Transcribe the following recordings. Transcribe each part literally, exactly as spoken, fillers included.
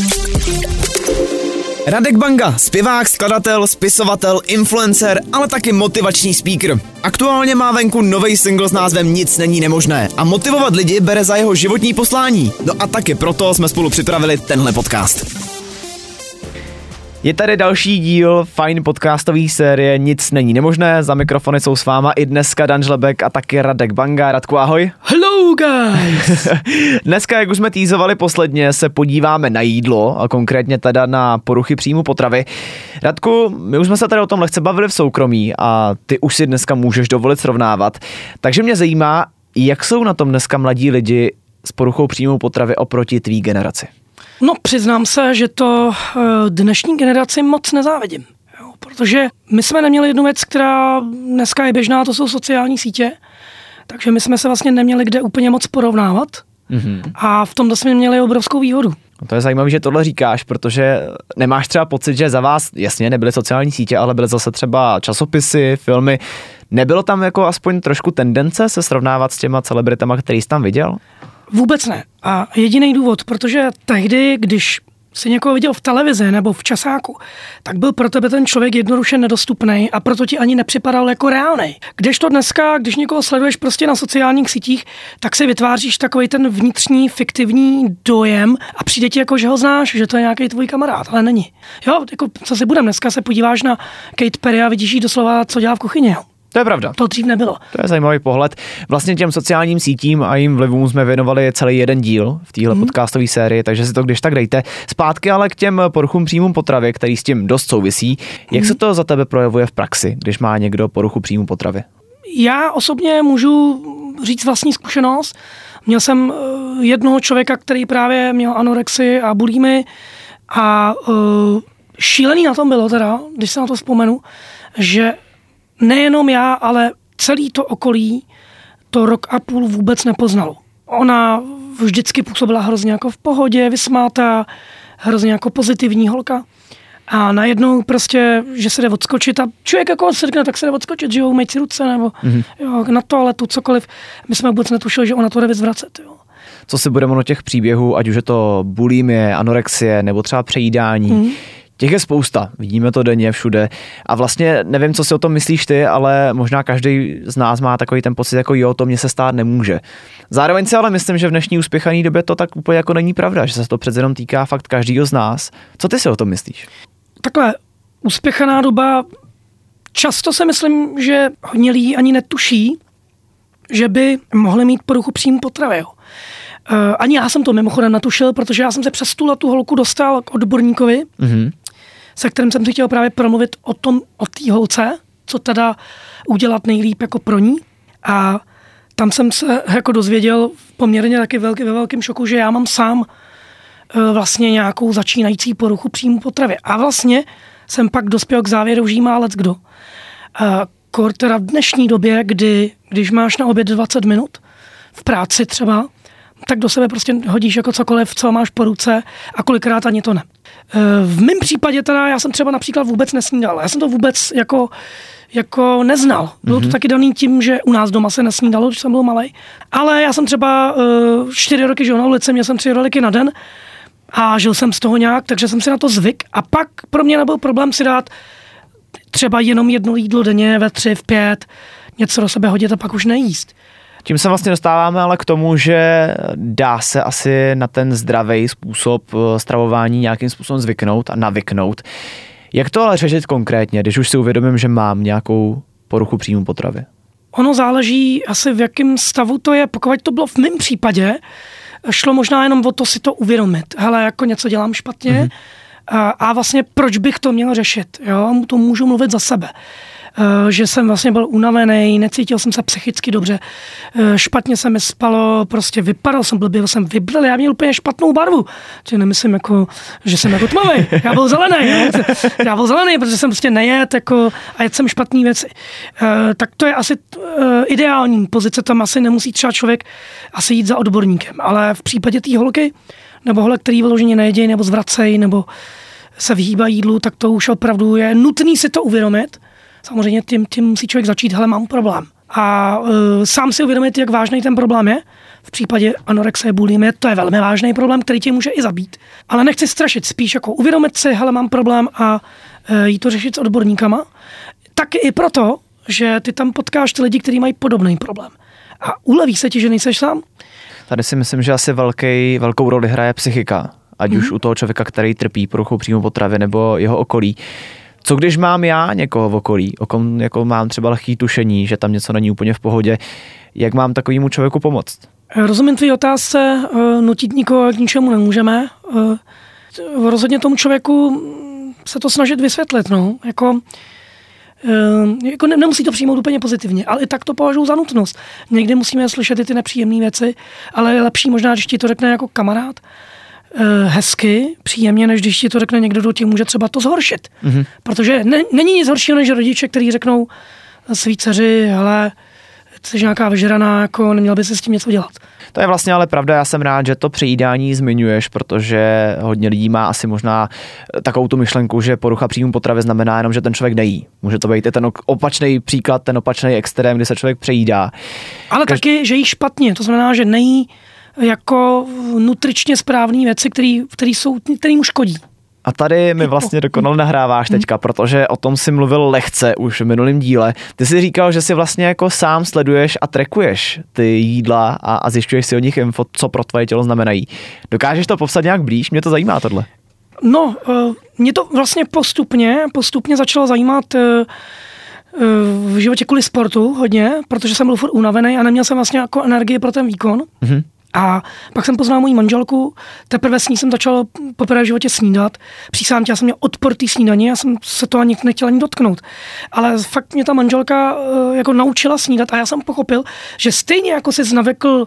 Radek Banga, zpěvák, skladatel, spisovatel, influencer, ale taky motivační speaker. Aktuálně má venku nový single s názvem Nic není nemožné a motivovat lidi bere za jeho životní poslání. No a taky proto jsme spolu připravili tenhle podcast. Je tady další díl fajn podcastový série Nic není nemožné, za mikrofony jsou s váma i dneska Dan Žlebek a taky Radek Banga. Radku, ahoj. Hello guys. Dneska, jak už jsme týzovali posledně, se podíváme na jídlo a konkrétně teda na poruchy příjmu potravy. Radku, my už jsme se tady o tom lehce bavili v soukromí a ty už si dneska můžeš dovolit srovnávat, takže mě zajímá, jak jsou na tom dneska mladí lidi s poruchou příjmu potravy oproti tvý generaci. No, přiznám se, že to dnešní generaci moc nezávidím, jo, protože my jsme neměli jednu věc, která dneska je běžná, to jsou sociální sítě, takže my jsme se vlastně neměli kde úplně moc porovnávat mm-hmm. a v tomto jsme měli obrovskou výhodu. No to je zajímavé, že tohle říkáš, protože nemáš třeba pocit, že za vás, jasně, nebyly sociální sítě, ale byly zase třeba časopisy, filmy. Nebylo tam jako aspoň trošku tendence se srovnávat s těma celebritama, který jsi tam viděl? Vůbec ne. A jediný důvod, protože tehdy, když jsi někoho viděl v televizi nebo v časáku, tak byl pro tebe ten člověk jednoduše nedostupný a proto ti ani nepřipadal jako reálnej. Kdežto dneska, když někoho sleduješ prostě na sociálních sítích, tak si vytváříš takový ten vnitřní fiktivní dojem a přijde ti jako, že ho znáš, že to je nějaký tvůj kamarád, ale není. Jo, jako co si budem, dneska se podíváš na Katy Perry a vidíš jí doslova, co dělá v kuchyni. Jo. To je pravda. To dřív nebylo. To je zajímavý pohled. Vlastně těm sociálním sítím a jim vlivům jsme věnovali celý jeden díl v téhle mm. podcastové sérii, takže si to když tak dejte. Zpátky ale k těm poruchům příjmu potravy, který s tím dost souvisí. Jak mm. se to za tebe projevuje v praxi, když má někdo poruchu příjmu potravy? Já osobně můžu říct vlastní zkušenost. Měl jsem jednoho člověka, který právě měl anorexii a bulimy a uh, šílený na tom bylo teda, když se na to vzpomenu, že nejenom já, ale celý to okolí to rok a půl vůbec nepoznalo. Ona vždycky působila hrozně jako v pohodě, vysmátá, hrozně jako pozitivní holka. A najednou prostě, že se jde odskočit a člověk jako se řekne, tak se jde odskočit, že jo, umýt si ruce nebo mm-hmm. jo, na toaletu, cokoliv. My jsme vůbec netušili, že ona to jde vyzvracet. Jo. Co si budeme o těch příběhů, ať už je to bulimie, anorexie nebo třeba přejídání, mm. těch je spousta, vidíme to denně všude a vlastně nevím, co si o tom myslíš ty, ale možná každý z nás má takový ten pocit, jako jo, to mně se stát nemůže. Zároveň si ale myslím, že v dnešní uspěchané době to tak úplně jako není pravda, že se to přece jenom týká fakt každýho z nás. Co ty si o tom myslíš? Takhle, uspěchaná doba, často si myslím, že hodně lidí ani netuší, že by mohli mít poruchu příjmu potravy. Jo. Uh, ani já jsem to mimochodem natušil, protože já jsem se přes tu tu holku dostal k odborníkovi, mm-hmm. se kterým jsem si chtěl právě promluvit o tom, o té holce, co teda udělat nejlíp jako pro ní. A tam jsem se jako dozvěděl poměrně taky velký, ve velkém šoku, že já mám sám uh, vlastně nějakou začínající poruchu příjmu potravy. A vlastně jsem pak dospěl k závěru, že jí má leckdo. Uh, kor teda v dnešní době, kdy, když máš na oběd dvacet minut v práci třeba, tak do sebe prostě hodíš jako cokoliv, co máš po ruce a kolikrát ani to ne. V mém případě teda já jsem třeba například vůbec nesnídal. Já jsem to vůbec jako, jako neznal. Bylo to mm-hmm. taky daný tím, že u nás doma se nesnídalo, když jsem byl malej. Ale já jsem třeba uh, čtyři roky žil na ulici, měl jsem tři roleky na den a žil jsem z toho nějak, takže jsem si na to zvyk. A pak pro mě nebyl problém si dát třeba jenom jedno jídlo denně ve tři, v pět, něco do sebe hodit a pak už nejíst. Tím se vlastně dostáváme ale k tomu, že dá se asi na ten zdravý způsob stravování nějakým způsobem zvyknout a navyknout. Jak to ale řešit konkrétně, když už si uvědomím, že mám nějakou poruchu příjmu potravy? Ono záleží asi v jakém stavu to je. Pokud to bylo v mém případě, šlo možná jenom o to si to uvědomit. Hele, jako něco dělám špatně mm-hmm. a, a vlastně proč bych to měl řešit? Jo? To můžu mluvit za sebe. Uh, že jsem vlastně byl unavený, necítil jsem se psychicky dobře, uh, špatně se mi spalo, prostě vypadal jsem blbě, byl jsem vyblil, já měl úplně špatnou barvu. Čiže nemyslím, jako, že jsem jako tmavý, já byl zelený, jo? já byl zelený, protože jsem prostě nejet jako, a jedl jsem špatný věci. Uh, tak to je asi uh, ideální pozice, tam asi nemusí třeba člověk asi jít za odborníkem, ale v případě té holky, nebo holek, který vyloženě nejedějí, nebo zvracejí, nebo se vyhýbají jídlu, tak to už opravdu je nutný si to uvědomit. Samozřejmě tím, tím musí člověk začít, hele, mám problém. A uh, sám si uvědomit, jak vážný ten problém je. v případě anorexie, bulimie, to je velmi vážný problém, který tě může i zabít. Ale nechci strašit, spíš jako uvědomit si, hele, mám problém a e, jít to řešit s odborníkama. Tak i proto, že ty tam potkáš ty lidi, kteří mají podobný problém. A uleví se ti, že nejseš sám? Tady si myslím, že asi velký, velkou roli hraje psychika. Ať mm-hmm. už u toho člověka, který trpí poruchou příjmu potravy nebo jeho okolí. Co když mám já někoho v okolí, o kom jako mám třeba lehký tušení, že tam něco není úplně v pohodě, jak mám takovému člověku pomoct? Rozumím tvý otázce, nutit nikoho k ničemu nemůžeme. Rozhodně tomu člověku se to snažit vysvětlit. No. Jako, jako ne, nemusí to přijmout úplně pozitivně, ale i tak to považuji za nutnost. Někdy musíme slyšet i ty nepříjemné věci, ale je lepší možná, když ti to řekne jako kamarád, hezky, příjemně, než když ti to řekne někdo, kdo ti může třeba to zhoršit. Mm-hmm. Protože ne, není nic horšího, než rodiče, kteří řeknou svý dceři, hele, jsi nějaká vyžraná, jako neměl by si s tím něco dělat. To je vlastně ale pravda, já jsem rád, že to přejídání zmiňuješ, protože hodně lidí má asi možná takovou tu myšlenku, že porucha příjmu potravy znamená jenom, že ten člověk nejí. Může to být i ten opačný příklad, ten opačný extrém, kdy se člověk přejídá. Ale Kaž... taky, že jí špatně, to znamená, že nejí jako nutričně správné věci, které jsou, který mu škodí. A tady mi vlastně dokonale nahráváš teďka, protože o tom si mluvil lehce už v minulém díle. Ty jsi říkal, že si vlastně jako sám sleduješ a trackuješ ty jídla a, a zjišťuješ si od nich info, co pro tvoje tělo znamenají. Dokážeš to popsat nějak blíž? Mě to zajímá tohle. No, mě to vlastně postupně, postupně začalo zajímat v životě kvůli sportu hodně, protože jsem byl furt unavený a neměl jsem vlastně jako energii pro ten výkon. Mm-hmm. A pak jsem poznal moji manželku, teprve s ní jsem začal poprvé v životě snídat. Přísám tě, já jsem měl odpor té snídaně, já jsem se to ani nechtěl ani dotknout. Ale fakt mě ta manželka jako naučila snídat a já jsem pochopil, že stejně jako jsi navykl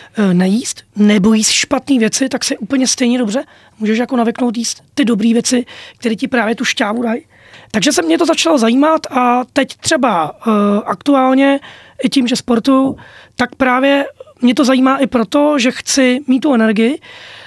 nejíst nebo jíst špatné věci, tak si úplně stejně dobře můžeš jako navyknout jíst ty dobré věci, které ti právě tu šťávu dají. Takže se mě to začalo zajímat a teď třeba uh, aktuálně i tím, že sportuju, tak právě mě to zajímá i proto, že chci mít tu energii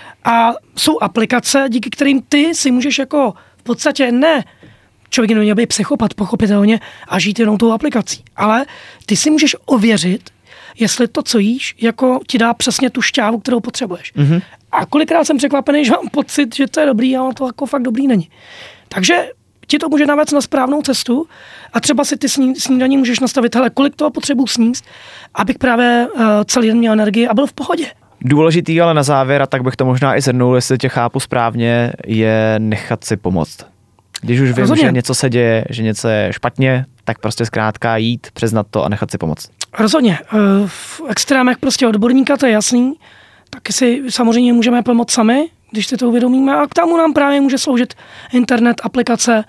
a jsou aplikace, díky kterým ty si můžeš jako v podstatě ne, člověk neměl být psychopat pochopitelně a žít jenom tou aplikací, ale ty si můžeš ověřit, jestli to, co jíš, jako ti dá přesně tu šťávu, kterou potřebuješ. Mm-hmm. A kolikrát jsem překvapený, že mám pocit, že to je dobrý, ale to jako fakt dobrý není. Takže ti to může navést na správnou cestu a třeba si ty sní, snídaní můžeš nastavit, hele, kolik toho potřebuji sníst, abych právě uh, celý den měl energii a byl v pohodě. Důležitý ale na závěr, a tak bych to možná i zhrnul, jestli tě chápu správně, je nechat si pomoct. Když už vím, Rozhodně. že něco se děje, že něco je špatně, tak prostě zkrátka jít, přiznat to a nechat si pomoct. Rozhodně. V extrémech prostě odborníka, to je jasný, taky si samozřejmě můžeme pomoct sami, když si to uvědomíme. A k tomu nám právě může sloužit internet, aplikace,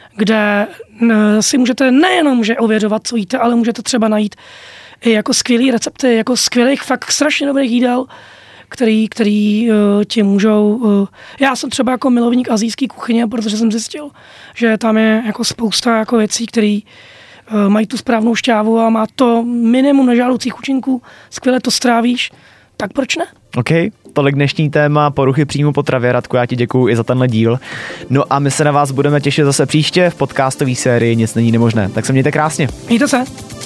kde si můžete nejenom že ověřovat, co jíte, ale můžete třeba najít i jako skvělý recepty, jako skvělých, fakt strašně dobrých jídel, který, který uh, ti můžou... Uh, já jsem třeba jako milovník asijské kuchyně, protože jsem zjistil, že tam je jako spousta jako věcí, které uh, mají tu správnou šťávu a má to minimum nežádoucích účinků, skvěle to strávíš, tak proč ne? OK, tolik dnešní téma poruchy příjmu potravy. Radku, já ti děkuju i za tenhle díl. No a my se na vás budeme těšit zase příště v podcastové sérii Nic není nemožné. Tak se mějte krásně. Mějte se.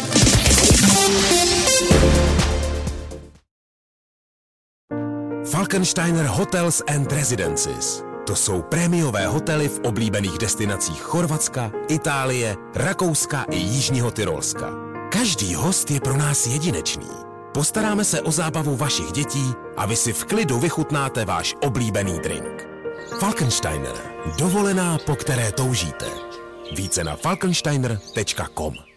Falkensteiner Hotels and Residences. To jsou prémiové hotely v oblíbených destinacích Chorvatska, Itálie, Rakouska i Jižního Tyrolska. Každý host je pro nás jedinečný. Postaráme se o zábavu vašich dětí a vy si v klidu vychutnáte váš oblíbený drink. Falkensteiner. Dovolená, po které toužíte. Více na falkensteiner tečka com.